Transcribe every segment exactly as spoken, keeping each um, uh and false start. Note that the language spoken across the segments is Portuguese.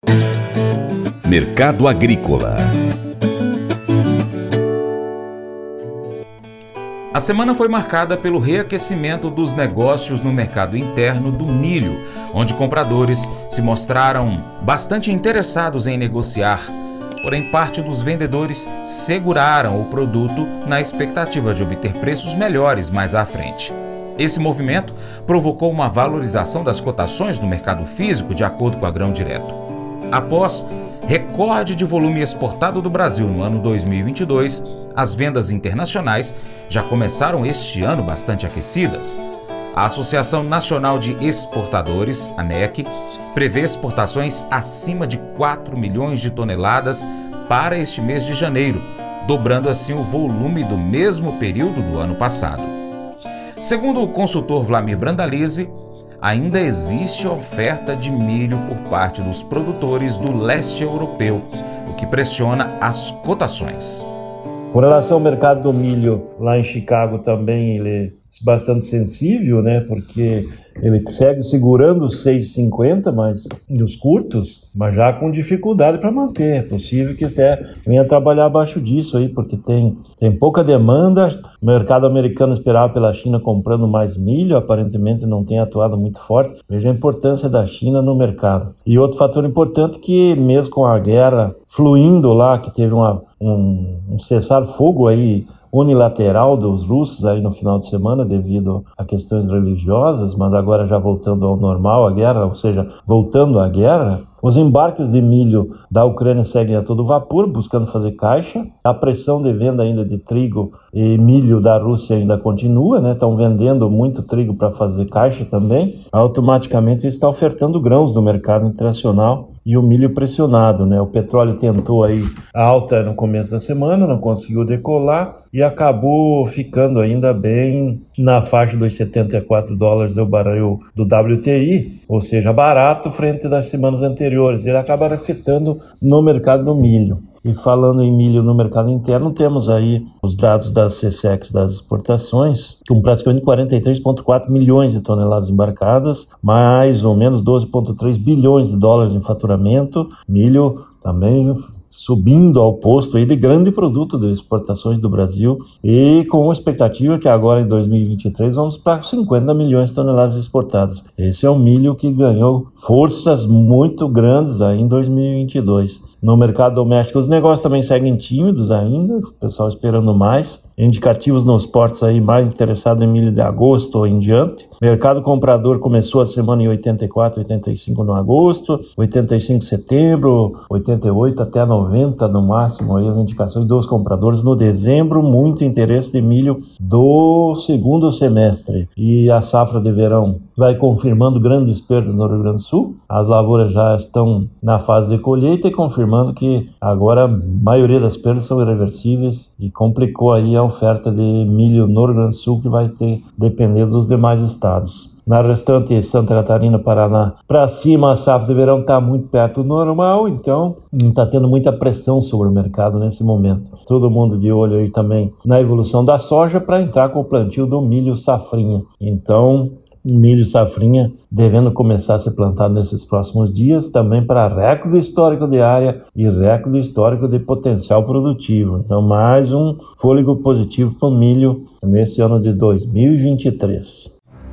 Mercado Agrícola. A semana foi marcada pelo reaquecimento dos negócios no mercado interno do milho, onde compradores se mostraram bastante interessados em negociar. Porém, parte dos vendedores seguraram o produto na expectativa de obter preços melhores mais à frente. Esse movimento provocou uma valorização das cotações no mercado físico, de acordo com a Grão Direto. Após recorde de volume exportado do Brasil no ano dois mil e vinte e dois, as vendas internacionais já começaram este ano bastante aquecidas. A Associação Nacional de Exportadores, a ANEC, prevê exportações acima de quatro milhões de toneladas para este mês de janeiro, dobrando assim o volume do mesmo período do ano passado. Segundo o consultor Vlamir Brandalize, ainda existe oferta de milho por parte dos produtores do leste europeu, o que pressiona as cotações. Com relação ao mercado do milho, lá em Chicago também ele é bastante sensível, né? Porque ele segue segurando os seis e cinquenta, mas nos curtos, mas já com dificuldade para manter. É possível que até venha trabalhar abaixo disso aí, porque tem, tem pouca demanda. O mercado americano esperava pela China comprando mais milho, aparentemente não tem atuado muito forte. Veja a importância da China no mercado. E outro fator importante que mesmo com a guerra fluindo lá, que teve uma, um, um cessar-fogo aí unilateral dos russos aí no final de semana devido a questões religiosas, mas agora já voltando ao normal a guerra, ou seja, voltando à guerra, os embarques de milho da Ucrânia seguem a todo vapor, buscando fazer caixa. A pressão de venda ainda de trigo e milho da Rússia ainda continua, né? Estão vendendo muito trigo para fazer caixa também. Automaticamente está ofertando grãos no mercado internacional e o milho pressionado, né? O petróleo tentou aí a alta no começo da semana, não conseguiu decolar e acabou ficando ainda bem na faixa dos setenta e quatro dólares do barril do W T I, ou seja, barato frente das semanas anteriores. Ele acaba afetando no mercado do milho. E falando em milho no mercado interno, temos aí os dados da SECEX das exportações, com praticamente quarenta e três vírgula quatro milhões de toneladas embarcadas, mais ou menos doze vírgula três bilhões de dólares em faturamento. Milho também subindo ao posto aí de grande produto de exportações do Brasil e com a expectativa que agora em dois mil e vinte e três vamos para cinquenta milhões de toneladas exportadas. Esse é um milho que ganhou forças muito grandes aí em dois mil e vinte e dois. No mercado doméstico os negócios também seguem tímidos ainda, o pessoal esperando mais. Indicativos nos portos aí mais interessado em milho de agosto ou em diante. Mercado comprador começou a semana em oitenta e quatro, oitenta e cinco no agosto, oitenta e cinco em setembro, oitenta e oito até noventa no máximo aí as indicações dos compradores no dezembro. Muito interesse de milho do segundo semestre. E a safra de verão vai confirmando grandes perdas no Rio Grande do Sul. As lavouras já estão na fase de colheita e confirmando que agora a maioria das perdas são irreversíveis e complicou aí a oferta de milho no Rio Grande do Sul, que vai ter depender dos demais estados. Na restante, Santa Catarina, Paraná, para cima a safra de verão está muito perto do normal, então não está tendo muita pressão sobre o mercado nesse momento. Todo mundo de olho aí também na evolução da soja para entrar com o plantio do milho safrinha. Então, milho safrinha devendo começar a ser plantado nesses próximos dias, também para recorde histórico de área e recorde histórico de potencial produtivo. Então, mais um fôlego positivo para o milho nesse ano de dois mil e vinte e três.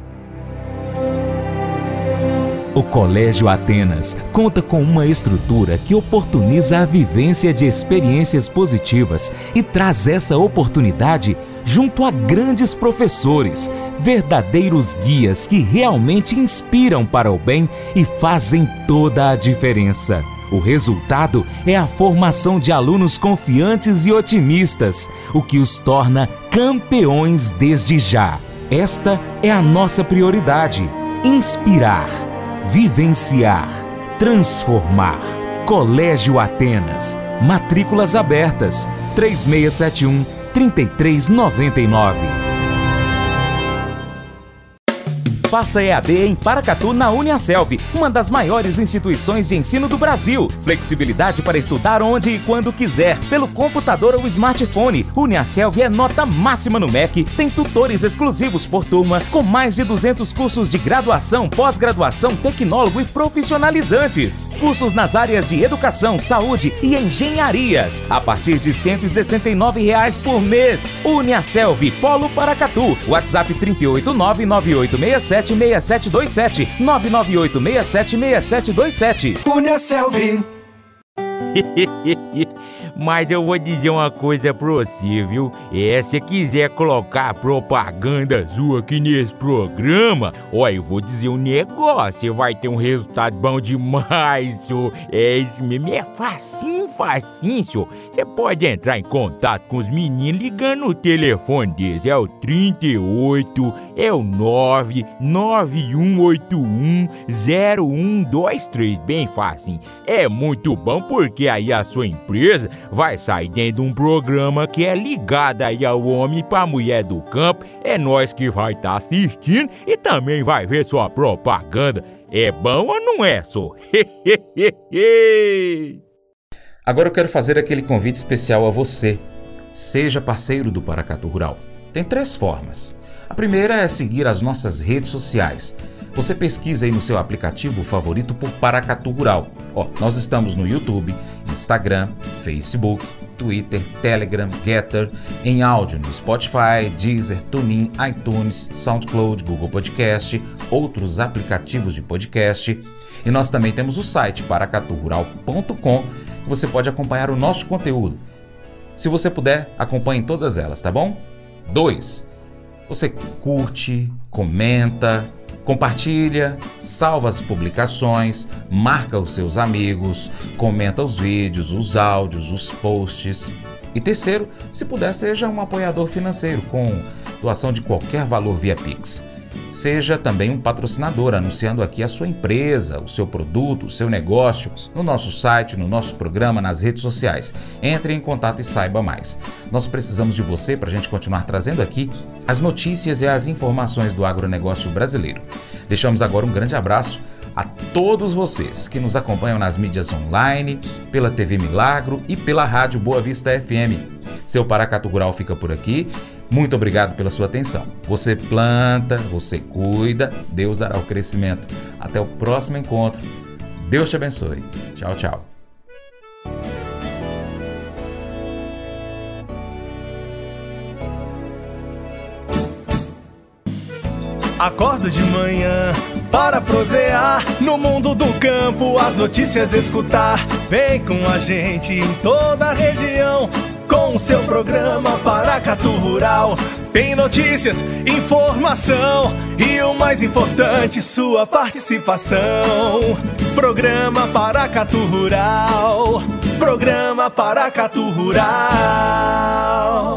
O Colégio Atenas conta com uma estrutura que oportuniza a vivência de experiências positivas e traz essa oportunidade junto a grandes professores, verdadeiros guias que realmente inspiram para o bem e fazem toda a diferença. O resultado é a formação de alunos confiantes e otimistas, o que os torna campeões desde já. Esta é a nossa prioridade: inspirar, vivenciar, transformar. Colégio Atenas. Matrículas abertas. três seis sete um, três três nove nove. Faça E A D em Paracatu na Uniaselv, uma das maiores instituições de ensino do Brasil. Flexibilidade para estudar onde e quando quiser, pelo computador ou smartphone. Uniaselv é nota máxima no M E C, tem tutores exclusivos por turma, com mais de duzentos cursos de graduação, pós-graduação, tecnólogo e profissionalizantes. Cursos nas áreas de educação, saúde e engenharias, a partir de cento e sessenta e nove reais por mês. Uniaselv, Polo Paracatu. WhatsApp trinta e oito, nove nove oito seis sete seis sete dois sete, nove nove oito seis sete seis sete dois sete. Uniaselv. Mas eu vou dizer uma coisa pra você, viu? É, se quiser colocar propaganda sua aqui nesse programa, ó, eu vou dizer um negócio, você vai ter um resultado bom demais, senhor. É isso mesmo, é facinho, facinho, senhor. Você pode entrar em contato com os meninos ligando no telefone deles, é o trinta e oito, é o nove nove um oito um zero um dois três, bem facinho. É muito bom porque aí a sua empresa vai sair dentro de um programa que é ligado aí ao homem e pra mulher do campo. É nós que vai estar tá assistindo e também vai ver sua propaganda. É bom ou não é, só? Agora eu quero fazer aquele convite especial a você. Seja parceiro do Paracatu Rural. Tem três formas. A primeira é seguir as nossas redes sociais. Você pesquisa aí no seu aplicativo favorito por Paracatu Rural. Ó, nós estamos no YouTube, Instagram, Facebook, Twitter, Telegram, Getter, em áudio no Spotify, Deezer, TuneIn, iTunes, SoundCloud, Google Podcast, outros aplicativos de podcast. E nós também temos o site paracatu rural ponto com, que você pode acompanhar o nosso conteúdo. Se você puder, acompanhe todas elas, tá bom? dois. Você curte, comenta, compartilha, salva as publicações, marca os seus amigos, comenta os vídeos, os áudios, os posts. E terceiro, se puder, seja um apoiador financeiro com doação de qualquer valor via Pix. Seja também um patrocinador, anunciando aqui a sua empresa, o seu produto, o seu negócio, no nosso site, no nosso programa, nas redes sociais. Entre em contato e saiba mais. Nós precisamos de você para a gente continuar trazendo aqui as notícias e as informações do agronegócio brasileiro. Deixamos agora um grande abraço a todos vocês que nos acompanham nas mídias online, pela T V Milagro e pela Rádio Boa Vista F M. Seu Paracatu Rural fica por aqui. Muito obrigado pela sua atenção. Você planta, você cuida, Deus dará o crescimento. Até o próximo encontro. Deus te abençoe. Tchau, tchau. Acordo de manhã para prosear no mundo do campo, as notícias escutar. Vem com a gente em toda a região com o seu programa Paracatu Rural. Tem notícias, informação e o mais importante, sua participação. Programa Paracatu Rural. Programa Paracatu Rural.